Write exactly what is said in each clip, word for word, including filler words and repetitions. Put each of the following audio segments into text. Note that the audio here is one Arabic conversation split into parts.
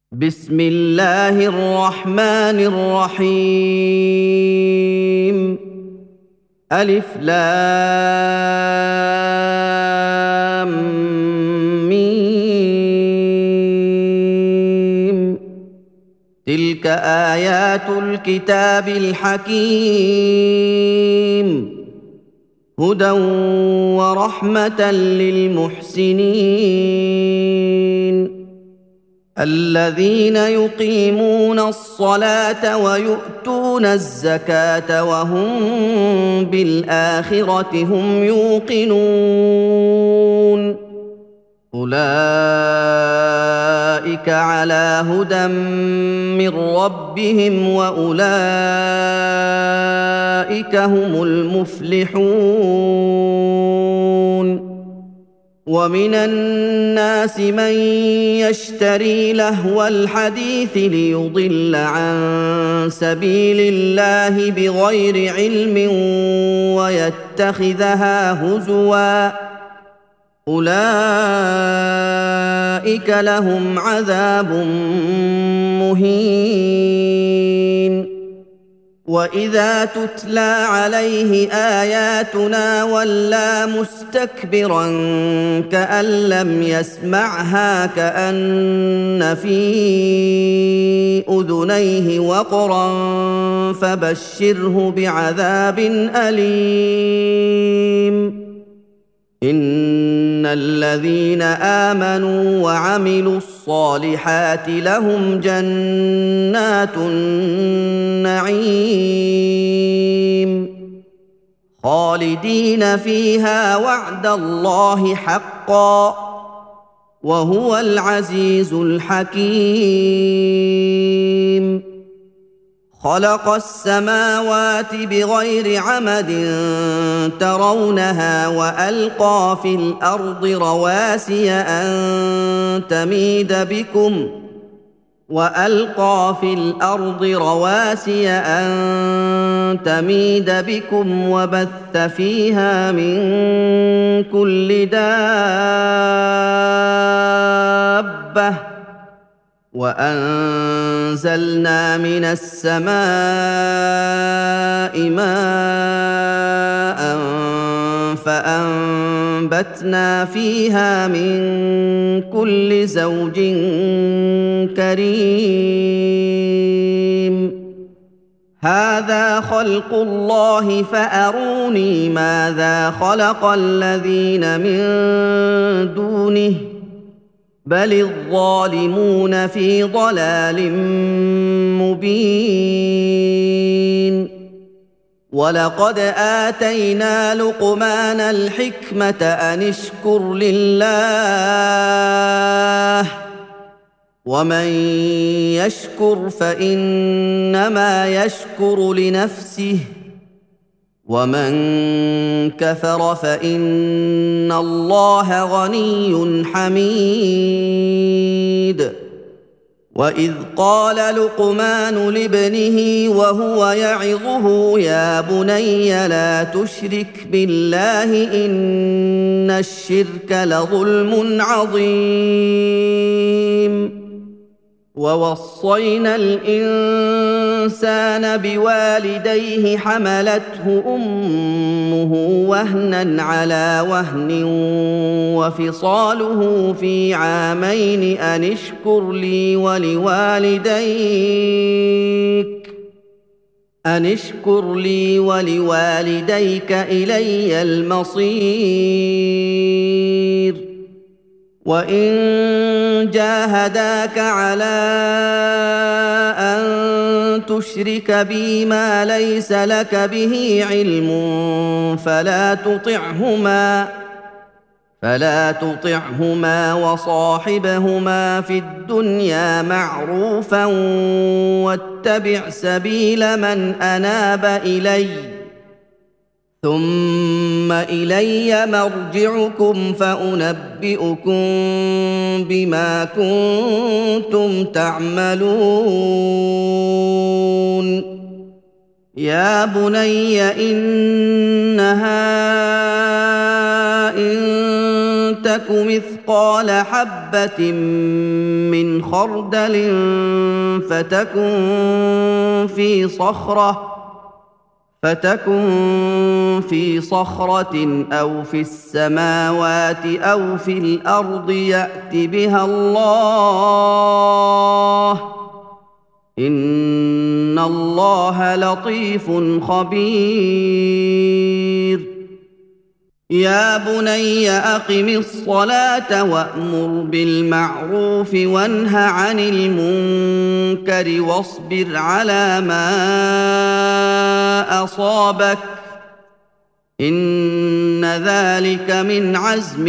بسم الله الرحمن الرحيم. ألف لام ميم. تلك آيات الكتاب الحكيم، هدى ورحمة للمحسنين الذين يقيمون الصلاة ويؤتون الزكاة وهم بالآخرة هم يوقنون. أولئك على هدى من ربهم وأولئك هم المفلحون. ومن الناس من يشتري لهو الحديث ليضل عن سبيل الله بغير علم ويتخذها هزوا، أولئك لهم عذاب مهين. وإذا تتلى عليه آياتنا ولى مستكبرا كأن لم يسمعها كأن في أذنيه وقرا فبشره بعذاب أليم. إن الذين آمنوا وعملوا الصالحات لهم جنات النعيم خالدين فيها وعد الله حقا، وهو العزيز الحكيم. خلق السماوات بغير عمد ترونها وألقى في الأرض رواسي أن تميد بكم وألقى في الأرض رواسي أن تميد بكم وبث فيها من كل دابة وأنزلنا من السماء ماء فأنبتنا فيها من كل زوج كريم. هذا خلق الله فأروني ماذا خلق الذين من دونه بل الظالمون في ضلال مبين. ولقد آتينا لقمان الحكمة أن اشكر لله ومن يشكر فإنما يشكر لنفسه ومن كفر فإن الله غني حميد. وإذ قال لقمان لابنه وهو يعظه يا بني لا تشرك بالله إن الشرك لظلم عظيم. ووصينا الإنسان بوالديه حملته أمه وهنا على وهن وفصاله في عامين أن اشكر لي ولوالديك أن اشكر لي ولوالديك إلي المصير. وإن جاهداك على أن تشرك بي ما ليس لك به علم فلا تطعهما فلا تطعهما وصاحبهما في الدنيا معروفا واتبع سبيل من أناب إليّ ثم إلي مرجعكم فأنبئكم بما كنتم تعملون. يا بني إنها إن تك مثقال مثقال حبة من خردل فتكن في صخرة فتكن في صخرة أو في السماوات أو في الأرض يأت بها الله إن الله لطيف خبير يا بني أقم الصلاة وأمر بالمعروف وانه عن المنكر واصبر على ما أصابك إن ذلك من عزم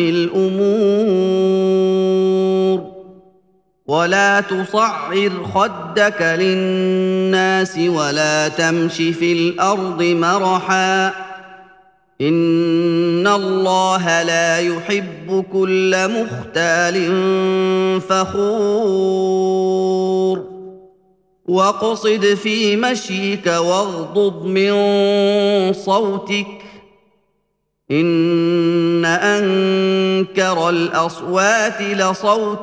الأمور ولا تصعر خدك للناس ولا تمش في الأرض مرحا إن الله لا يحب كل مختال فخور واقصد في مشيك واغضض من صوتك إن أنكر الأصوات لصوت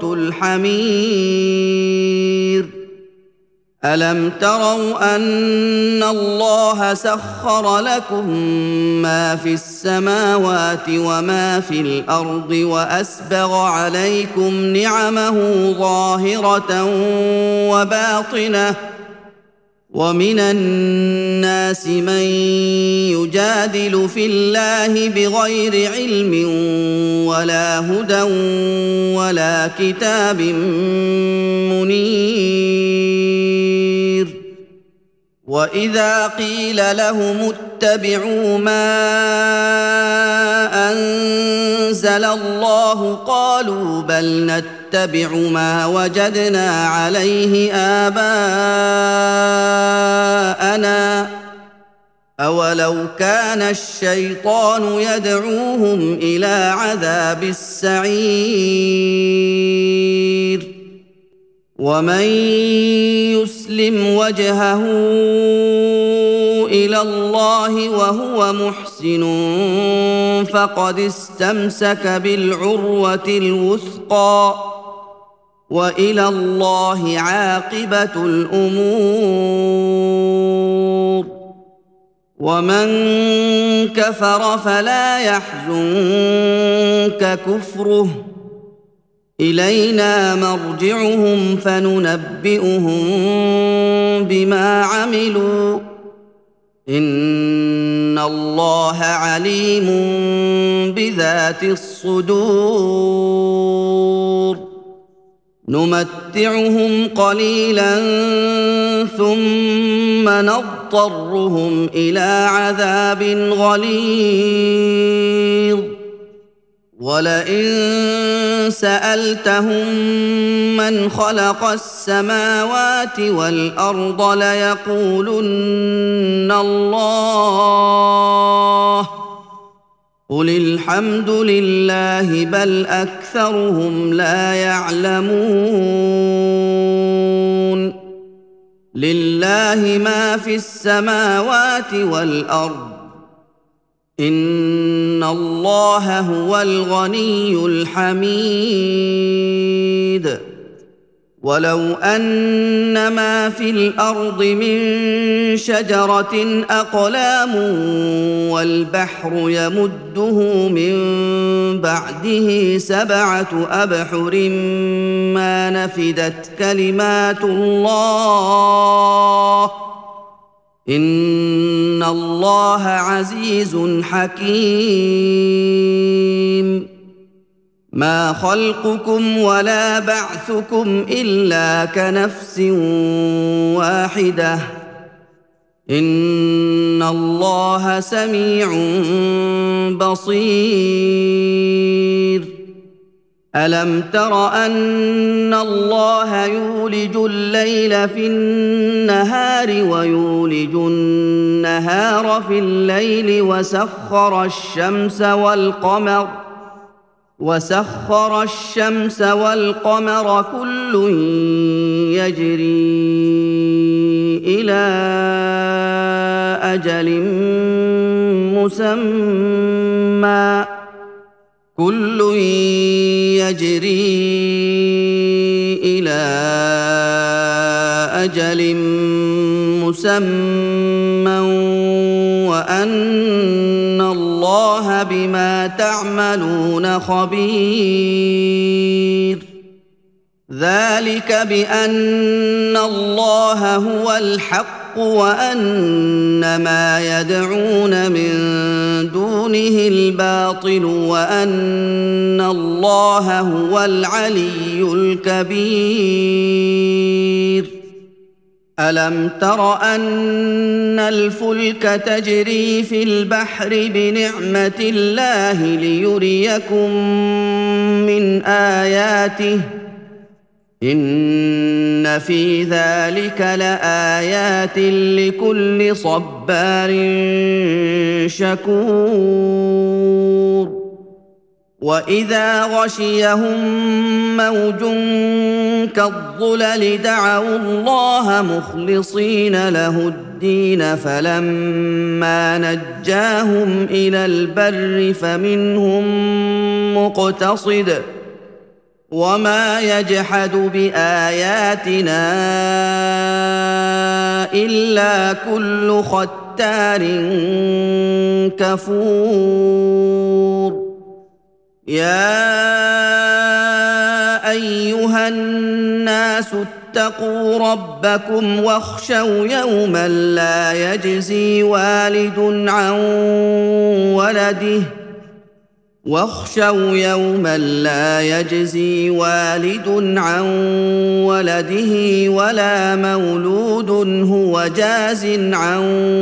الحمير ألم تروا أن الله سخر لكم ما في السماوات وما في الأرض وأسبغ عليكم نعمه ظاهرة وباطنة ومن الناس من يجادل في الله بغير علم ولا هدى ولا كتاب منير وإذا قيل لهم اتبعوا ما أنزل الله قالوا بل نتبع ما وجدنا عليه آباءنا أولو كان الشيطان يدعوهم إلى عذاب السعير ومن يسلم وجهه إلى الله وهو محسن فقد استمسك بالعروة الوثقى وإلى الله عاقبة الأمور ومن كفر فلا يحزنك كفره إلينا مرجعهم فننبئهم بما عملوا إن الله عليم بذات الصدور نمتعهم قليلا ثم نضطرهم إلى عذاب غليظ ولئن سألتهم من خلق السماوات والأرض ليقولن الله قل الحمد لله بل أكثرهم لا يعلمون لله ما في السماوات والأرض إن الله هو الغني الحميد ولو أن ما في الأرض من شجرة أقلام والبحر يمده من بعده سبعة أبحر ما نفدت كلمات الله إن الله عزيز حكيم ما خلقكم ولا بعثكم إلا كنفس واحدة إن الله سميع بصير ألم تر أن الله يولج الليل في النهار ويولج النهار في الليل وسخر الشمس والقمر وسخر الشمس والقمر كل يجري إلى أجل مسمى كل يجري واجل مسمى وان الله بما تعملون خبير ذلك بان الله هو الحق وان ما يدعون من دونه الباطل وان الله هو العلي الكبير الم تر ان الفلك تجري في البحر بنعمه الله ليريكم من اياته إن في ذلك لآيات لكل صبار شكور وإذا غشيهم موج كالظلل دعوا الله مخلصين له الدين فلما نجاهم إلى البر فمنهم مقتصد وما يجحد بآياتنا إلا كل ختار كفور يا أيها الناس اتقوا ربكم واخشوا يوما لا يجزي والد عن ولده واخشوا يوما لا يجزي والد عن ولده ولا مولود هو جاز عن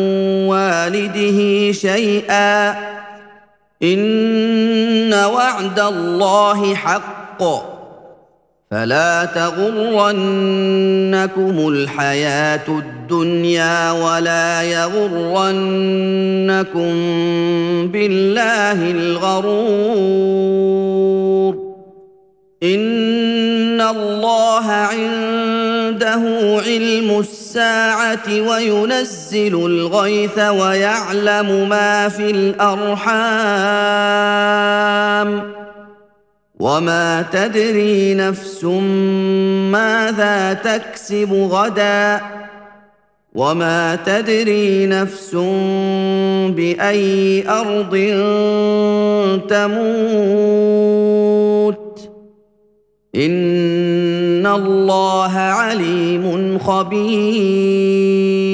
والده شيئا إن وعد الله حق فلا تغرنكم الحياة الدنيا ولا يغرنكم بالله الغرور إن الله عنده علم الساعة وينزل الغيث ويعلم ما في الأرحام وما تدري نفس ماذا تكسب غدا وما تدري نفس بأي أرض تموت إن الله عليم خبير